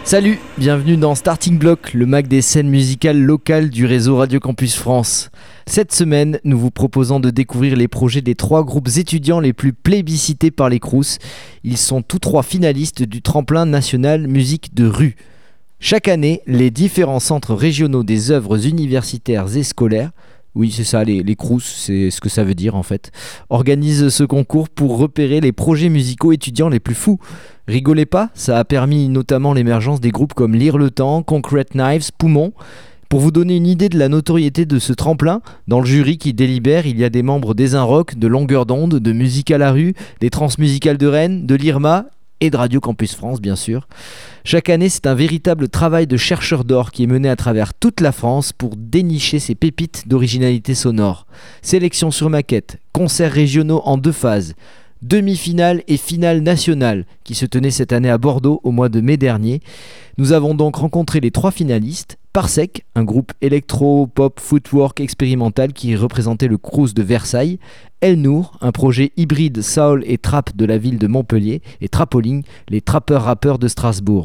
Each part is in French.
Salut, bienvenue dans Starting Block, le mag des scènes musicales locales du réseau Radio Campus France. Cette semaine, nous vous proposons de découvrir les projets des 3 groupes étudiants les plus plébiscités par les Crous. Ils sont tous 3 finalistes du tremplin national musique de rue. Chaque année, les différents centres régionaux des œuvres universitaires et scolaires, oui c'est ça, les Crous, c'est ce que ça veut dire en fait, organisent ce concours pour repérer les projets musicaux étudiants les plus fous. Rigolez pas, ça a permis notamment l'émergence des groupes comme Lire le Temps, Concrete Knives, Poumon. Pour vous donner une idée de la notoriété de ce tremplin, dans le jury qui délibère, il y a des membres des Rock, de Longueur d'onde, de Musique à la rue, des Transmusicales de Rennes, de l'IRMA et de Radio Campus France bien sûr. Chaque année, c'est un véritable travail de chercheur d'or qui est mené à travers toute la France pour dénicher ces pépites d'originalité sonore. Sélection sur maquette, concerts régionaux en 2 phases, demi-finale et finale nationale qui se tenait cette année à Bordeaux au mois de mai dernier. Nous avons donc rencontré les 3 finalistes. Parsec, un groupe électro-pop footwork expérimental qui représentait le Crous de Versailles. El Nour, un projet hybride soul et trap de la ville de Montpellier. Et Trapoling, les trappeurs-rappeurs de Strasbourg.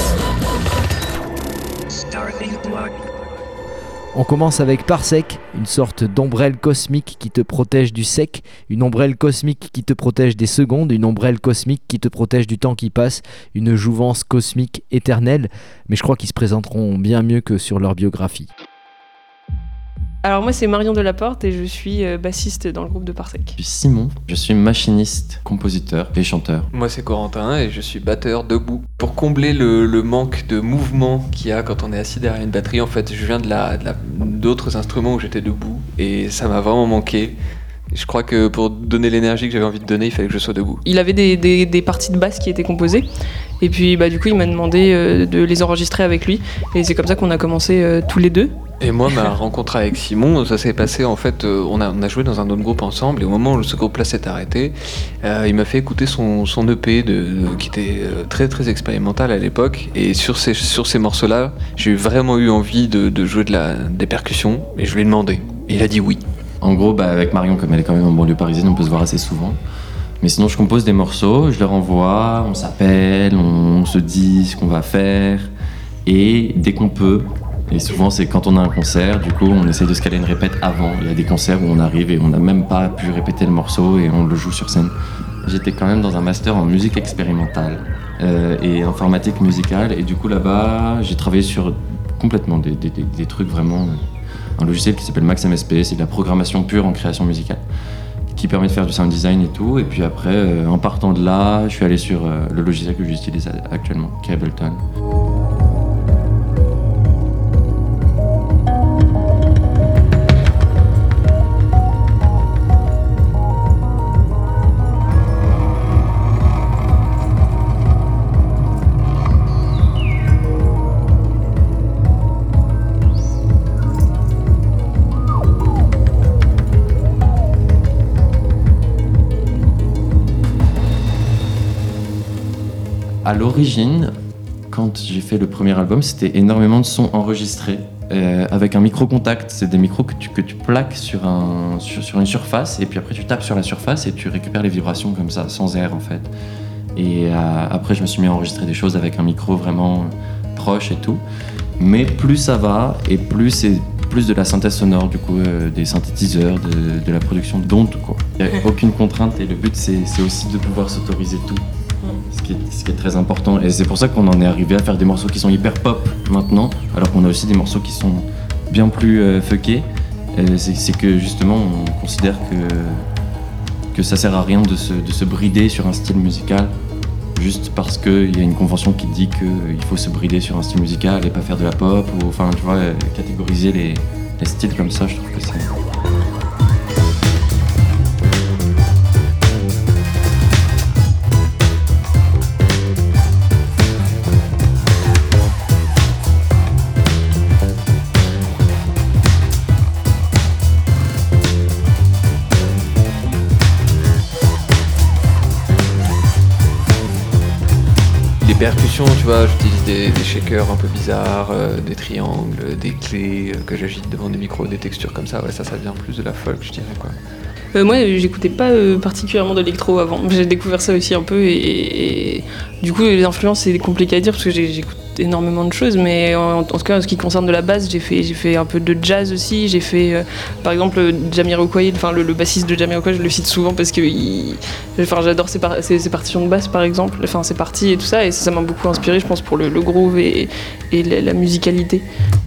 On commence avec Parsec, une sorte d'ombrelle cosmique qui te protège du sec, une ombrelle cosmique qui te protège des secondes, une ombrelle cosmique qui te protège du temps qui passe, une jouvence cosmique éternelle, mais je crois qu'ils se présenteront bien mieux que sur leur biographie. Alors moi c'est Marion Delaporte et je suis bassiste dans le groupe de Parsec. Je suis Simon, je suis machiniste, compositeur et chanteur. Moi c'est Corentin et je suis batteur debout. Pour combler le manque de mouvement qu'il y a quand on est assis derrière une batterie, en fait je viens d'autres instruments où j'étais debout et ça m'a vraiment manqué. Je crois que pour donner l'énergie que j'avais envie de donner, il fallait que je sois debout. Il avait des parties de basse qui étaient composées et puis du coup il m'a demandé de les enregistrer avec lui et c'est comme ça qu'on a commencé tous les deux. Et moi, ma rencontre avec Simon, ça s'est passé en fait, on a joué dans un autre groupe ensemble et au moment où ce groupe-là s'est arrêté, il m'a fait écouter son EP qui était très très expérimental à l'époque et sur ces morceaux-là, j'ai vraiment eu envie de jouer des percussions et je lui ai demandé et il a dit oui. En gros, avec Marion, comme elle est quand même en banlieue parisienne, on peut se voir assez souvent. Mais sinon, je compose des morceaux, je les renvoie, on s'appelle, on se dit ce qu'on va faire et dès qu'on peut. Et souvent, c'est quand on a un concert, du coup, on essaye de se caler une répète avant. Il y a des concerts où on arrive et on n'a même pas pu répéter le morceau et on le joue sur scène. J'étais quand même dans un master en musique expérimentale et informatique musicale. Et du coup, là-bas, j'ai travaillé sur complètement des trucs vraiment... un logiciel qui s'appelle MaxMSP, c'est de la programmation pure en création musicale, qui permet de faire du sound design et tout. Et puis après, en partant de là, je suis allé sur le logiciel que j'utilise actuellement, qui est Ableton. À l'origine, quand j'ai fait le premier album, c'était énormément de sons enregistrés avec un micro-contact. C'est des micros que tu plaques sur une surface et puis après tu tapes sur la surface et tu récupères les vibrations comme ça, sans air en fait. Et après je me suis mis à enregistrer des choses avec un micro vraiment proche et tout. Mais plus ça va et plus c'est de la synthèse sonore, du coup, des synthétiseurs, de la production d'ondes, quoi. Il n'y a aucune contrainte et le but c'est aussi de pouvoir s'autoriser tout. Ce qui est très important et c'est pour ça qu'on en est arrivé à faire des morceaux qui sont hyper pop maintenant alors qu'on a aussi des morceaux qui sont bien plus fuckés. C'est que justement on considère que ça sert à rien de se brider sur un style musical juste parce qu'il y a une convention qui dit qu'il faut se brider sur un style musical et pas faire de la pop ou enfin tu vois catégoriser les styles comme ça, je trouve que c'est... Percussions, tu vois, j'utilise des shakers un peu bizarres, des triangles, des clés que j'agite devant des micros, des textures comme ça. Ouais, ça vient plus de la folk, je dirais, quoi. Moi, j'écoutais pas particulièrement d'électro avant. J'ai découvert ça aussi un peu et du coup, les influences, c'est compliqué à dire parce que énormément de choses, mais en tout cas en ce qui concerne de la basse, j'ai fait un peu de jazz aussi. J'ai fait par exemple Jamiroquai, enfin le bassiste de Jamiroquai, je le cite souvent parce que j'adore ses partitions de basse par exemple, enfin ses parties et tout ça, et ça m'a beaucoup inspiré, je pense, pour le groove et la musicalité.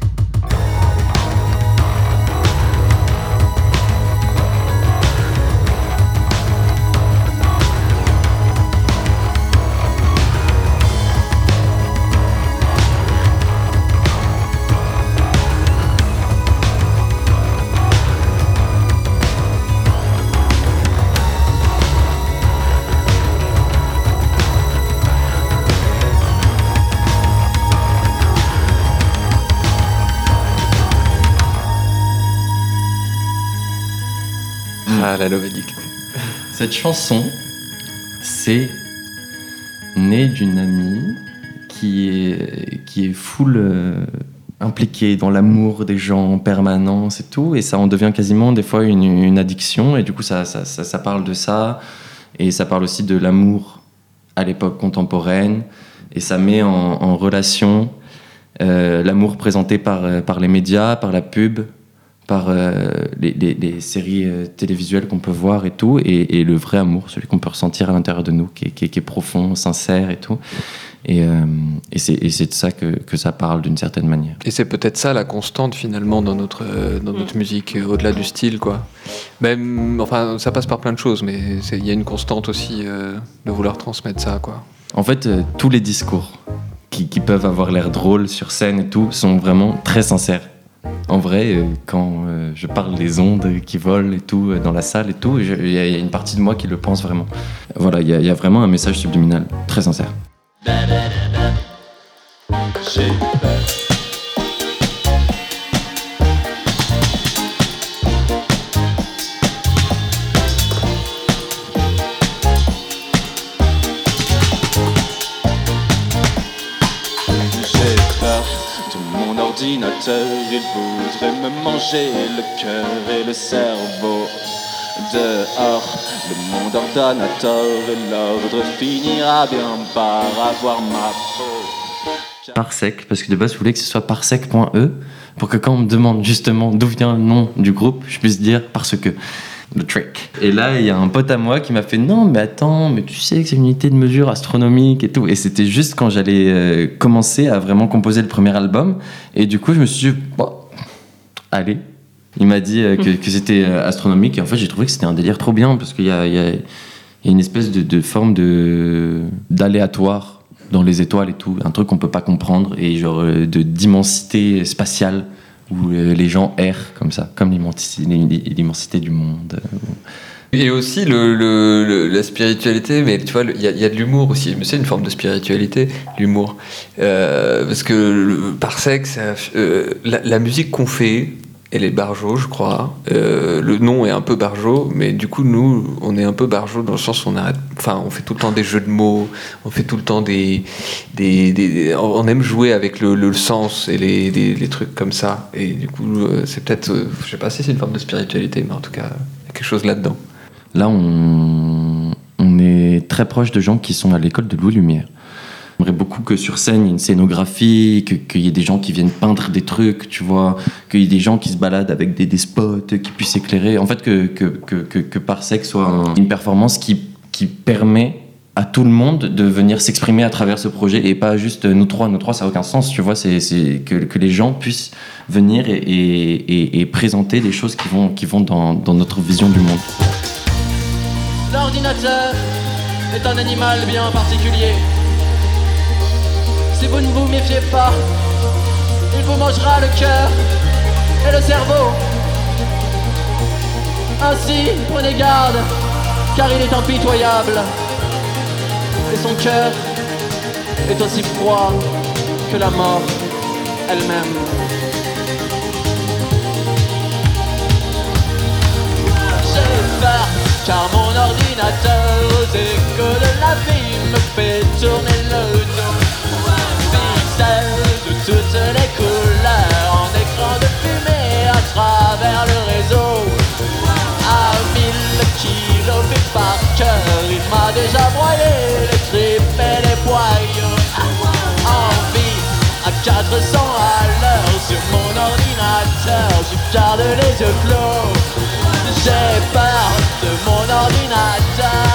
Ah, la Lovedic. Cette chanson, c'est né d'une amie qui est full impliquée dans l'amour des gens en permanence et tout, et ça en devient quasiment des fois une addiction, et du coup ça parle de ça, et ça parle aussi de l'amour à l'époque contemporaine, et ça met en relation l'amour présenté par les médias, par la pub, par les séries télévisuelles qu'on peut voir et tout, et le vrai amour, celui qu'on peut ressentir à l'intérieur de nous, qui est profond, sincère et tout. Et c'est de ça que ça parle d'une certaine manière. Et c'est peut-être ça la constante finalement dans notre musique, au-delà du style, quoi. Même, enfin, ça passe par plein de choses, mais il y a une constante aussi de vouloir transmettre ça, quoi. En fait, tous les discours qui peuvent avoir l'air drôles sur scène et tout sont vraiment très sincères. En vrai, quand je parle des ondes qui volent et tout dans la salle et tout, il y a une partie de moi qui le pense vraiment. Voilà, il y a vraiment un message subliminal, très sincère. Il voudrait me manger le cœur et le cerveau. Dehors, le monde ordonnateur et l'ordre finira bien par avoir ma peau. Parsec, parce que de base je voulais que ce soit parsec.e pour que quand on me demande justement d'où vient le nom du groupe, je puisse dire parce que. Le trick. Et là, il y a un pote à moi qui m'a fait non, mais attends, mais tu sais que c'est une unité de mesure astronomique et tout. Et c'était juste quand j'allais commencer à vraiment composer le premier album. Et du coup, je me suis dit, bon, allez. Il m'a dit que c'était astronomique. Et en fait, j'ai trouvé que c'était un délire trop bien parce qu'il y a une espèce de forme d'aléatoire dans les étoiles et tout. Un truc qu'on peut pas comprendre et genre d'immensité spatiale. Où les gens errent comme ça, comme l'immensité du monde. Et aussi la spiritualité, mais tu vois, il y a de l'humour aussi. Mais c'est une forme de spiritualité, l'humour. Parce que Parsec, la musique qu'on fait, elle est barjo, je crois. Le nom est un peu barjo, mais du coup, nous, on est un peu barjo dans le sens où on fait tout le temps des jeux de mots, on fait tout le temps on aime jouer avec le sens et les trucs comme ça. Et du coup, c'est peut-être, je sais pas si c'est une forme de spiritualité, mais en tout cas, il y a quelque chose là-dedans. Là, on est très proche de gens qui sont à l'école de Louis Lumière. J'aimerais beaucoup que sur scène, il y ait une scénographie, qu'il y ait des gens qui viennent peindre des trucs, tu vois, qu'il y ait des gens qui se baladent avec des spots, qui puissent éclairer. En fait, que Parsec soit une performance qui permet à tout le monde de venir s'exprimer à travers ce projet et pas juste nous trois, ça n'a aucun sens, tu vois, c'est que les gens puissent venir et présenter des choses qui vont dans notre vision du monde. L'ordinateur est un animal bien particulier. Si vous ne vous méfiez pas, il vous mangera le cœur et le cerveau. Ainsi, prenez garde, car il est impitoyable. Et son cœur est aussi froid que la mort elle-même. J'ai peur, car mon ordinateur aux échos de la vie me fait tourner le dos. De toutes les couleurs en écran de fumée à travers le réseau. À 1000 kilomètres par cœur, il m'a déjà broyé les tripes et les boyaux. Envie garde les yeux clos. J'ai peur de mon ordinateur.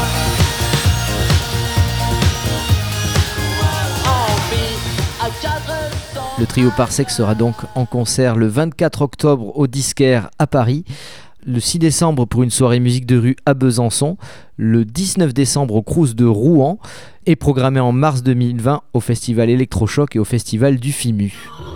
Envie à 400. Le trio Parsec sera donc en concert le 24 octobre au Disquaire à Paris, le 6 décembre pour une soirée musique de rue à Besançon, le 19 décembre au Crous de Rouen et programmé en mars 2020 au Festival Electrochoc et au Festival du FIMU.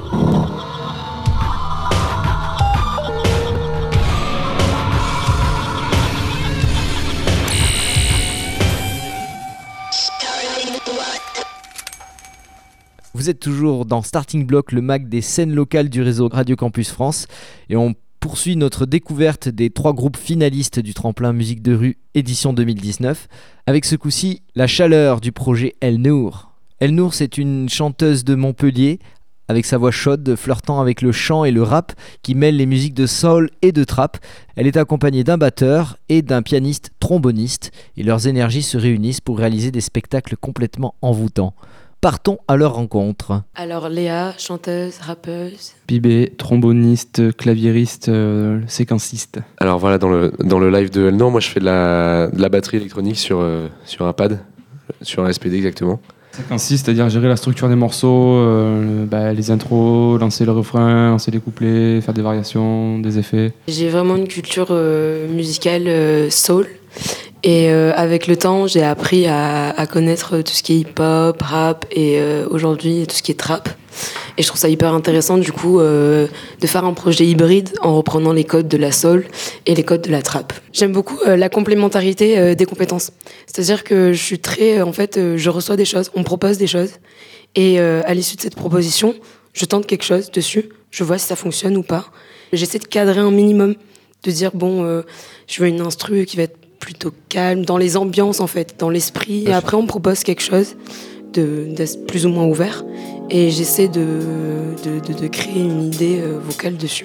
Vous êtes toujours dans Starting Block, le mag des scènes locales du réseau Radio Campus France, et on poursuit notre découverte des 3 groupes finalistes du tremplin musique de rue édition 2019, avec ce coup-ci la chaleur du projet El Nour. El Nour, c'est une chanteuse de Montpellier, avec sa voix chaude, flirtant avec le chant et le rap, qui mêle les musiques de soul et de trap. Elle est accompagnée d'un batteur et d'un pianiste tromboniste, et leurs énergies se réunissent pour réaliser des spectacles complètement envoûtants. Partons à leur rencontre. Alors Léa, chanteuse, rappeuse. Pibé, tromboniste, claviériste, séquenciste. Alors voilà, dans le live de El Nour, moi je fais de la batterie électronique sur un pad, sur un SPD exactement. Séquenciste, c'est-à-dire gérer la structure des morceaux, les intros, lancer le refrain, lancer les couplets, faire des variations, des effets. J'ai vraiment une culture musicale soul. Et avec le temps, j'ai appris à connaître tout ce qui est hip-hop, rap et aujourd'hui tout ce qui est trap. Et je trouve ça hyper intéressant du coup de faire un projet hybride en reprenant les codes de la soul et les codes de la trap. J'aime beaucoup la complémentarité des compétences. C'est-à-dire que je suis très... je reçois des choses, on me propose des choses. Et à l'issue de cette proposition, je tente quelque chose dessus. Je vois si ça fonctionne ou pas. J'essaie de cadrer un minimum, de dire je veux une instru qui va être plutôt calme, dans les ambiances en fait, dans l'esprit. Et après on me propose quelque chose de plus ou moins ouvert et j'essaie de créer une idée vocale dessus.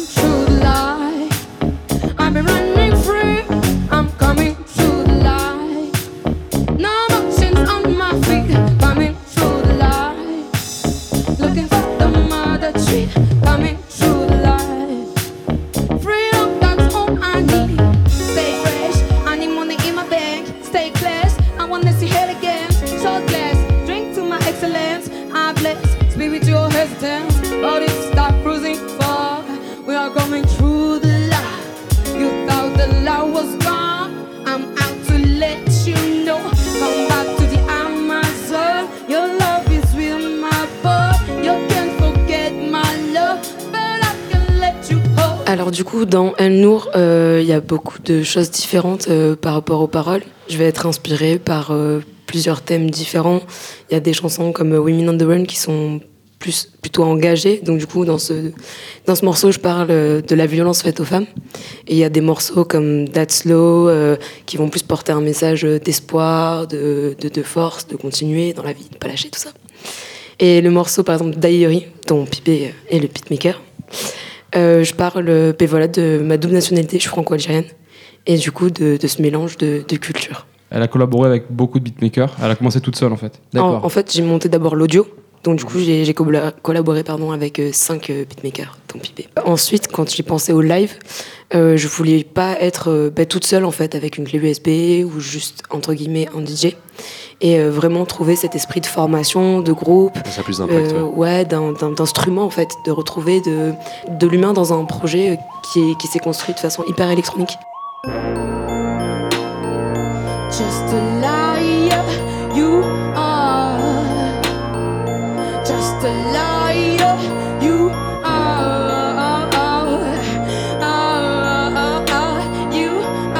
Alors du coup, dans El Nour, il y a beaucoup de choses différentes par rapport aux paroles. Je vais être inspirée par plusieurs thèmes différents. Il y a des chansons comme Women on the Run qui sont plutôt engagées. Donc du coup, dans ce morceau, je parle de la violence faite aux femmes. Et il y a des morceaux comme That's Slow qui vont plus porter un message d'espoir, de force, de continuer dans la vie, de pas lâcher tout ça. Et le morceau, par exemple, Diary, dont Pipé est le beatmaker, je parle de ma double nationalité, je suis franco-algérienne, et du coup de ce mélange de cultures. Elle a collaboré avec beaucoup de beatmakers, elle a commencé toute seule en fait. En fait, j'ai monté d'abord l'audio, donc du coup j'ai collaboré avec 5 beatmakers, dont Pipé. Ensuite, quand j'ai pensé au live, je voulais pas être toute seule en fait, avec une clé USB ou juste entre guillemets un DJ. Et vraiment trouver cet esprit de formation, de groupe, ça a plus d'impact, d'instrument en fait, de retrouver de l'humain dans un projet qui s'est construit de façon hyper électronique. Just a liar, you are. Just a liar, you are. You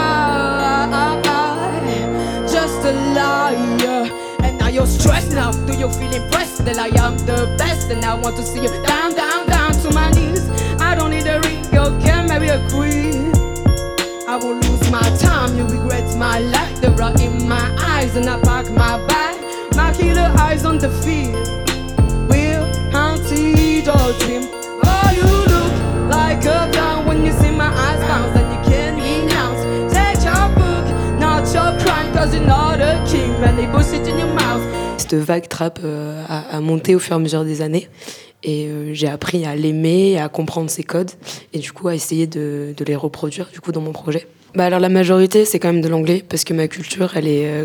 are. Just a liar. You're stressed now, do you feel impressed that I am the best? And I want to see you down, down, down to my knees. I don't need a ring, you can marry a queen. I won't lose my time, you regret my life. The rock in my eyes and I pack my bag. My killer eyes on the field. We'll haunted your dream. Oh, you look like a clown when you see my eyes bounce. And you can't renounce. Take your book, not your crime, cause you're not a king. And they push it in your mouth. cette vague trap a monté au fur et à mesure des années. Et j'ai appris à l'aimer, à comprendre ses codes et du coup à essayer de les reproduire du coup dans mon projet. Alors la majorité c'est quand même de l'anglais parce que ma culture elle est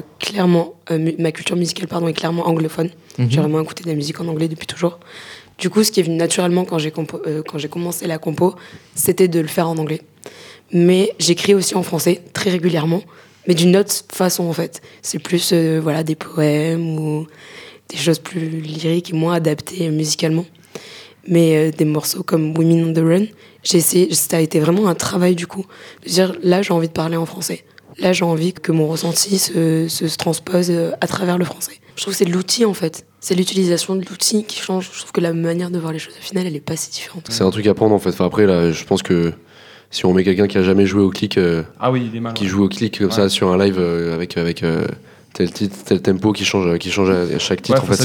ma culture musicale est clairement anglophone. J'ai vraiment écouté de la musique en anglais depuis toujours. Du coup ce qui est venu naturellement quand j'ai commencé la compo, c'était de le faire en anglais. Mais j'écris aussi en français très régulièrement, mais d'une autre façon en fait. C'est plus des poèmes ou des choses plus lyriques et moins adaptées musicalement. Mais des morceaux comme Women on the Run, ça a été vraiment un travail du coup. De dire, là j'ai envie de parler en français. Là j'ai envie que mon ressenti se transpose à travers le français. Je trouve que c'est l'outil en fait. C'est l'utilisation de l'outil qui change. Je trouve que la manière de voir les choses au final, elle est pas si différente. C'est un truc à prendre en fait. Enfin, après, là, je pense que si on met quelqu'un qui a jamais joué au clic, qui joue au clic comme ça sur un live avec tel titre, tel tempo qui change à chaque titre, en fait,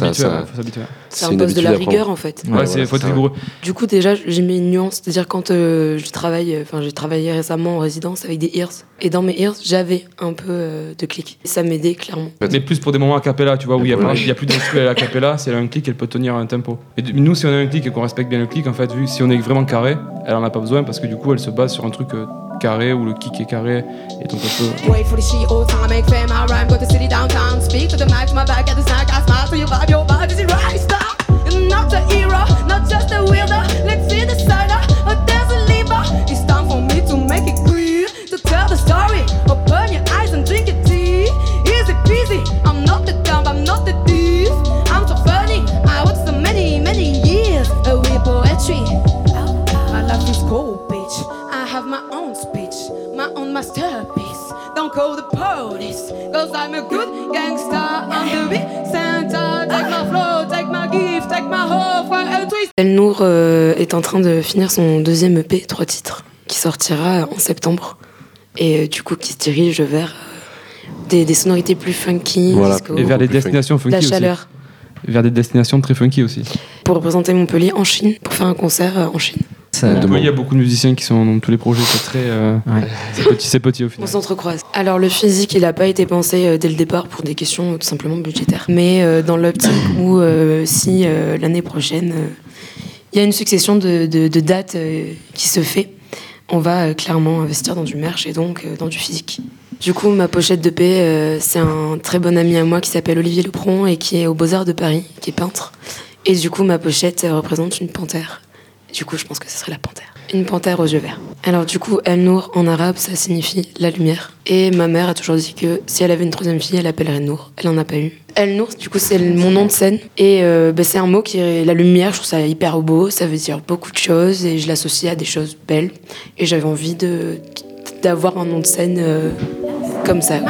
ça impose de la rigueur en fait. Faut être rigoureux. Du coup, déjà, j'ai mis une nuance, c'est-à-dire quand j'ai travaillé récemment en résidence avec des ears, et dans mes ears, j'avais un peu de clic. Ça m'aidait clairement. Mais plus pour des moments a cappella, tu vois, où il y a plus d'instru à la cappella, si elle a un clic, elle peut tenir un tempo. Et nous, si on a un clic et qu'on respecte bien le clic, en fait, vu si on est vraiment carré, elle en a pas besoin parce que du coup, elle se base sur un truc carré où le kick est carré et donc on peut. Wait for the shit all time, make fame, I rhyme, go to city downtown, speak to the mic, to my back at the snack, I smile, so you vibe, your body is right, stop. You're not the hero, not just a wielder, let's see the cider, or there's a lever. It's time for me to make it clear, to tell the story, open your eyes and drink your tea. Easy peasy, I'm not the dumb, I'm not the thief, I'm so funny, I worked so many years with poetry. My life is cold, bitch, I have my own speech, my own masterpiece. Don't call the police, cause I'm a good gangster. I'm the big Santa. Take my flow, take my gift, take my hope for a twist. Elnour est en train de finir son deuxième EP, 3 titres, qui sortira en septembre. Et du coup, qui se dirige vers des sonorités plus funky, disco, et vers des destinations funky la chaleur. Aussi. Vers des destinations très funky aussi. Pour représenter Montpellier en Chine, pour faire un concert en Chine. Il y a beaucoup de musiciens qui sont dans tous les projets, c'est très c'est petit au final. On s'entrecroise. Alors le physique, il n'a pas été pensé dès le départ pour des questions tout simplement budgétaires. Mais dans l'optique où si l'année prochaine, il y a une succession de dates qui se fait, on va clairement investir dans du merch et donc dans du physique. Du coup, ma pochette d'EP, c'est un très bon ami à moi qui s'appelle Olivier Lepron et qui est aux Beaux-Arts de Paris, qui est peintre. Et du coup, ma pochette représente une panthère. Du coup, je pense que ce serait la panthère. Une panthère aux yeux verts. Alors du coup, El-Nour, en arabe, ça signifie la lumière. Et ma mère a toujours dit que si elle avait une troisième fille, elle appellerait Nour. Elle en a pas eu. El-Nour, du coup, c'est mon nom de scène. Et c'est un mot qui est la lumière. Je trouve ça hyper beau. Ça veut dire beaucoup de choses. Et je l'associe à des choses belles. Et j'avais envie d'avoir un nom de scène comme ça.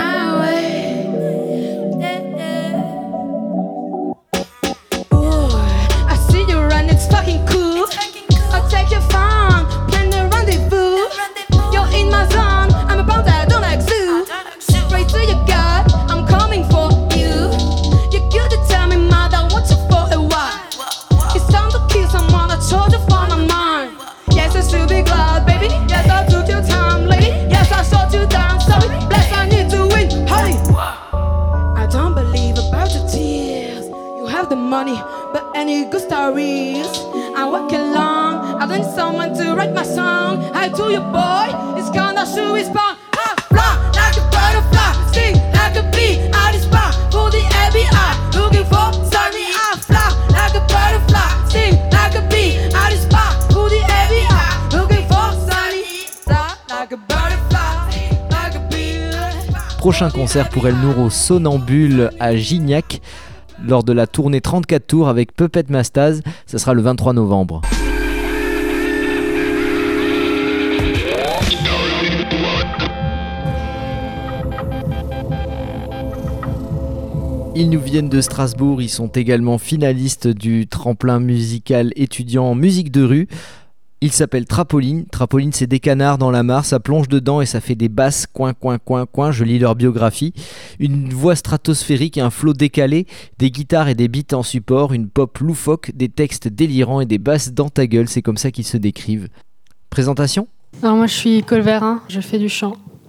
But any good stories, I walk along, I need someone to write my song. I told you boy, it's kinda shoe is born. I fly like a butterfly, sing like a bee, out is bar for the FBI, looking for sunny. I fly like a butterfly, sing like a bee, out is bar for the FBI, looking for sunny. Fly like a butterfly, like a bee. Prochain concert pour El-Nour au Sonambule à Gignac, lors de la tournée 34 tours avec Puppet Mastaz. Ça sera le 23 novembre. Ils nous viennent de Strasbourg, ils sont également finalistes du tremplin musical étudiant en musique de rue. Il s'appelle Trapoline. Trapoline, c'est des canards dans la mare, ça plonge dedans et ça fait des basses coin, coin, coin, coin. Je lis leur biographie. Une voix stratosphérique et un flow décalé, des guitares et des beats en support, une pop loufoque, des textes délirants et des basses dans ta gueule. C'est comme ça qu'ils se décrivent. Présentation ? Alors moi, je suis Colverin, je fais du chant.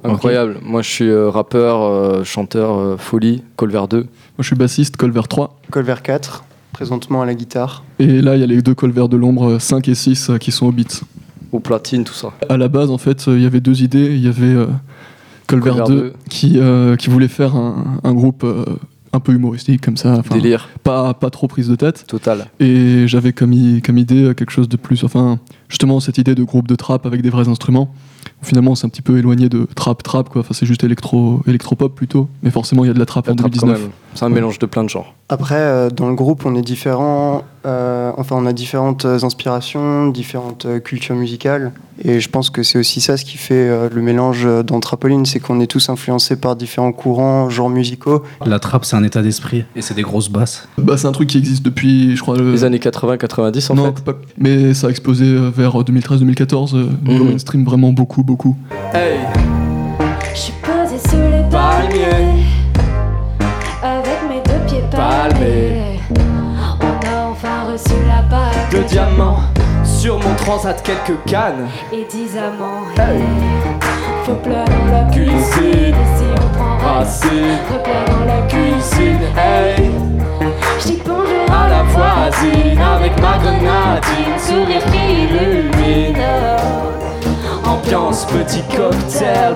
Incroyable. Okay. Moi, je suis rappeur, chanteur, Folie, Colver 2. Moi, je suis bassiste, Colver 3. Colver 4, présentement à la guitare. Et là, il y a les 2 Colver de l'ombre, 5 et 6, qui sont au beat. Au platine, tout ça. À la base, en fait, il y avait 2 idées. Il y avait Colver 2 qui voulait faire un groupe un peu humoristique, comme ça. Délire. Pas trop prise de tête. Total. Et j'avais comme idée quelque chose de plus... Enfin, justement, cette idée de groupe de trap avec des vrais instruments. Finalement, c'est un petit peu éloigné de trap, quoi. Enfin, c'est juste électro-pop plutôt. Mais forcément, il y a de la trappe en 2019. C'est un mélange de plein de genres. Après, dans le groupe, on est différents. On a différentes inspirations, différentes cultures musicales. Et je pense que c'est aussi ça ce qui fait le mélange dans Trapoline, c'est qu'on est tous influencés par différents courants, genres musicaux. La trappe, c'est un état d'esprit et c'est des grosses basses. Bah, c'est un truc qui existe depuis, je crois... Les années 80-90 en fait. Pas, mais ça a explosé vers 2013-2014, le mainstream vraiment beaucoup. Hey. Je suis posée sous les palmiers, avec mes 2 pieds palmés. On a enfin reçu la bague de diamants. Sur mon transat, quelques cannes et 10 amants. Hey. Faut pleurer dans la cuisine. Et si on prend racine, repleur dans la cuisine. Hey. J'dis bonjour à la voisine avec ma grenadine, sourire qui illumine. Ambiance, petit cocktail.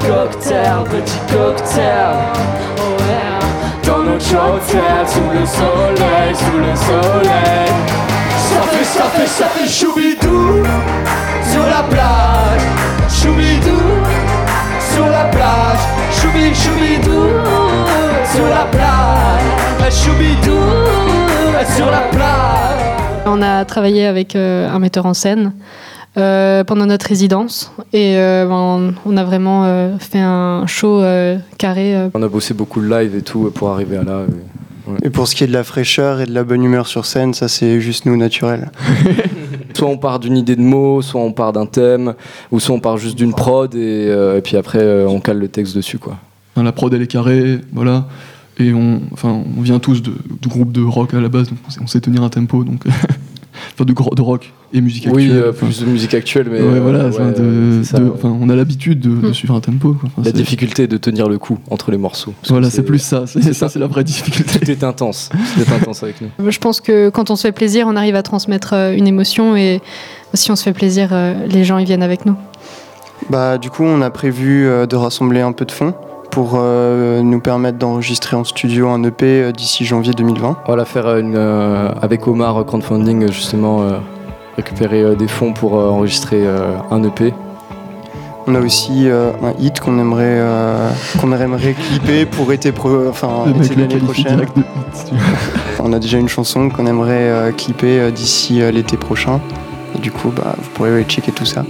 Oh yeah. Dans notre hôtel, sous le soleil. Ça fait choubidou sur la plage. Choubidou sur la plage. Choubidou sur la plage. Choubidou sur la plage. On a travaillé avec un metteur en scène pendant notre résidence et on a vraiment fait un show carré. On a bossé beaucoup le live et tout pour arriver à là. Ouais. Et pour ce qui est de la fraîcheur et de la bonne humeur sur scène, ça c'est juste nous naturel. Soit on part d'une idée de mots, soit on part d'un thème, ou soit on part juste d'une prod et puis après on cale le texte dessus quoi. La prod elle est carrée, voilà. Et on vient tous de groupes de rock à la base, donc on sait tenir un tempo, donc enfin de rock et musique actuelle. Oui, plus de musique actuelle, mais ouais, voilà, on a l'habitude de suivre un tempo. La difficulté de tenir le coup entre les morceaux. Voilà, c'est plus ça. C'est la vraie difficulté. Tout est intense. Avec nous. Je pense que quand on se fait plaisir, on arrive à transmettre une émotion et si on se fait plaisir, les gens ils viennent avec nous. Bah du coup, on a prévu de rassembler un peu de fonds pour nous permettre d'enregistrer en studio un EP d'ici janvier 2020. On va faire avec Omar Crowdfunding justement récupérer des fonds pour enregistrer un EP. On a aussi un hit qu'on aimerait clipper pour été l'année prochaine. On a déjà une chanson qu'on aimerait clipper d'ici l'été prochain. Et du coup, vous pourrez checker tout ça.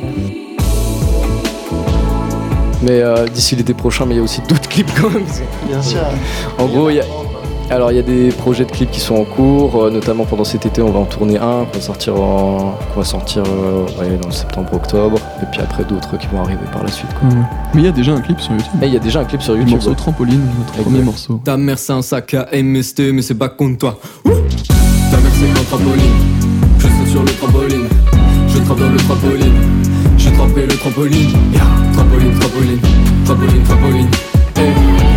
Mais d'ici l'été prochain, mais il y a aussi d'autres clips quand même. Bien sûr. En gros, il y a des projets de clips qui sont en cours, notamment pendant cet été, on va en tourner un, qu'on va sortir dans le septembre-octobre, et puis après d'autres qui vont arriver par la suite. Quoi. Mais il y a déjà un clip sur YouTube. Il y a déjà un clip sur YouTube. Le morceau Trampoline, notre premier morceau. Ta mère c'est un sac à MST, mais c'est pas contre toi. Ta mère c'est un trampoline, je saute sur le trampoline, je trappe dans le trampoline, j'ai trempé le trampoline, yeah. Trampoline, hey.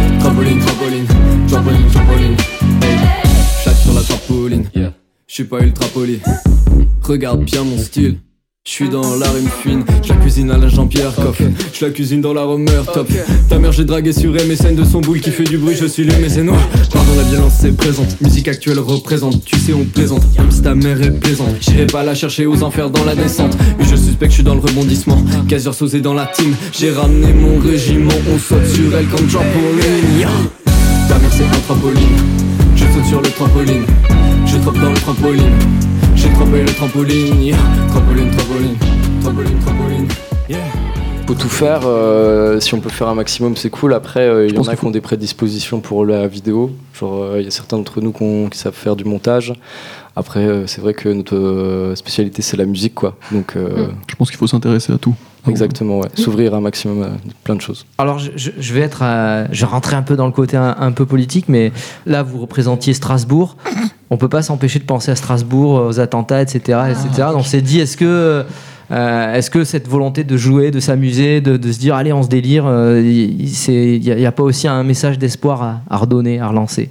Trampoline, hey. J'tape sur la trampoline, yeah. J'suis pas ultra poli, regarde bien mon style. J'suis dans la rime fine, j'la cuisine à la Jean-Pierre Coff, j'la cuisine dans la Romer top. Ta mère j'ai dragué sur MSN de son boule qui fait du bruit, je suis le mécénois. Pardon la violence c'est présente, musique actuelle représente, tu sais on plaisante, même si ta mère est plaisante. J'irai pas la chercher aux enfers dans la descente, et je suspecte que j'suis dans le rebondissement. Caseur Sauzé dans la team, j'ai ramené mon régiment, on saute sur elle comme trampoline, yeah. Ta mère c'est un trampoline, je saute sur le trampoline, je trappe dans le trampoline. J'ai trempé le trampoline, yeah. Trampoline, yeah. Faut tout faire, si on peut faire un maximum c'est cool. Après il y en a qui ont des prédispositions pour la vidéo, genre il y a certains d'entre nous qui savent faire du montage. Après c'est vrai que notre spécialité c'est la musique quoi, donc je pense qu'il faut s'intéresser à tout. Exactement, ouais. S'ouvrir un maximum à plein de choses. Alors je vais rentrer un peu dans le côté un peu politique, mais là vous représentiez Strasbourg. On peut pas s'empêcher de penser à Strasbourg, aux attentats, etc. Donc on s'est dit, est-ce que Est-ce que cette volonté de jouer, de s'amuser, de se dire allez on se délire, il n'y a pas aussi un message d'espoir à redonner, à relancer?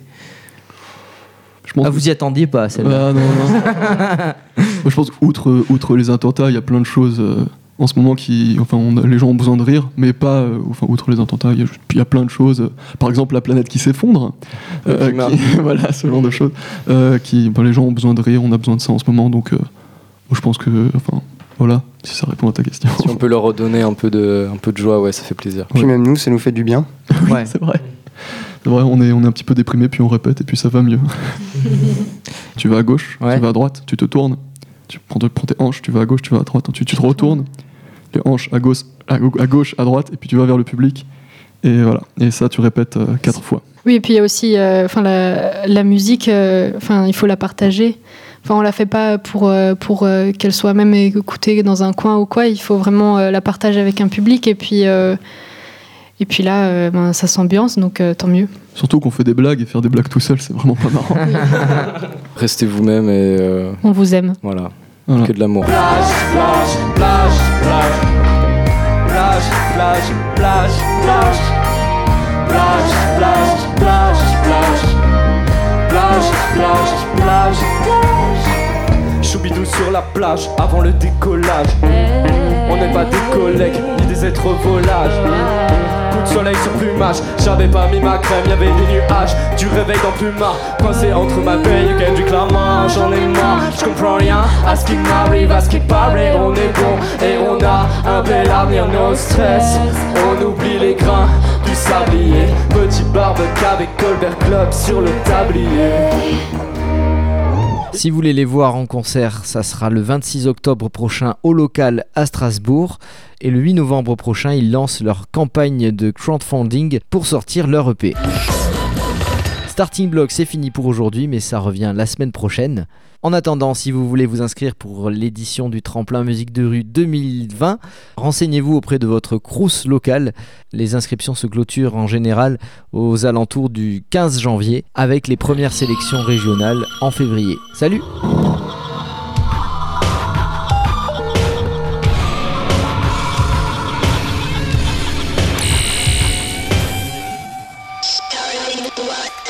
Vous y attendiez pas celle-là? Non. Moi, je pense outre les attentats, il y a plein de choses en ce moment les gens ont besoin de rire, mais pas outre les attentats, il y a plein de choses. Par exemple, la planète qui s'effondre, voilà, ce genre de choses. Les gens ont besoin de rire, on a besoin de ça en ce moment, donc je pense que, voilà, si ça répond à ta question. Si on peut leur redonner un peu de joie, ouais, ça fait plaisir. Puis même nous, ça nous fait du bien. Ouais, c'est vrai. C'est vrai, on est un petit peu déprimé, puis on répète, et puis ça va mieux. Tu vas à gauche, tu vas à droite, tu te tournes, tu prends tes hanches, tu vas à gauche, tu vas à droite, tu te retournes, les hanches à gauche, à droite, et puis tu vas vers le public. Et voilà, et ça tu répètes 4 fois. Oui, et puis il y a aussi la musique, il faut la partager. On la fait pas pour qu'elle soit même écoutée dans un coin ou quoi, il faut vraiment la partager avec un public, et puis là, ça s'ambiance, donc tant mieux. Surtout qu'on fait des blagues, et faire des blagues tout seul, c'est vraiment pas marrant. Restez vous-même et... on vous aime. Voilà. Que de l'amour. Plage, plage, plage, plage. Plage, plage, plage, plage. Plage, plage, plage, plage. Plage, plage, plage, plage. Choubidou sur la plage avant le décollage. On n'est pas des collègues ni des êtres volages. Coup de soleil sur plumage, j'avais pas mis ma crème, y'avait des nuages. Du réveil dans plumard, coincé entre ma paye et du clamant. J'en ai marre, j'comprends rien à ce qui m'arrive, à ce qui paraît. On est bon et on a un bel avenir, no stress. On oublie les grains du sablier. Petit barbecue avec Colbert Club sur le tablier. Si vous voulez les voir en concert, ça sera le 26 octobre prochain au local à Strasbourg. Et le 8 novembre prochain, ils lancent leur campagne de crowdfunding pour sortir leur EP. Starting Block, c'est fini pour aujourd'hui, mais ça revient la semaine prochaine. En attendant, si vous voulez vous inscrire pour l'édition du Tremplin Musique de Rue 2020, renseignez-vous auprès de votre crous local. Les inscriptions se clôturent en général aux alentours du 15 janvier avec les premières sélections régionales en février. Salut! What?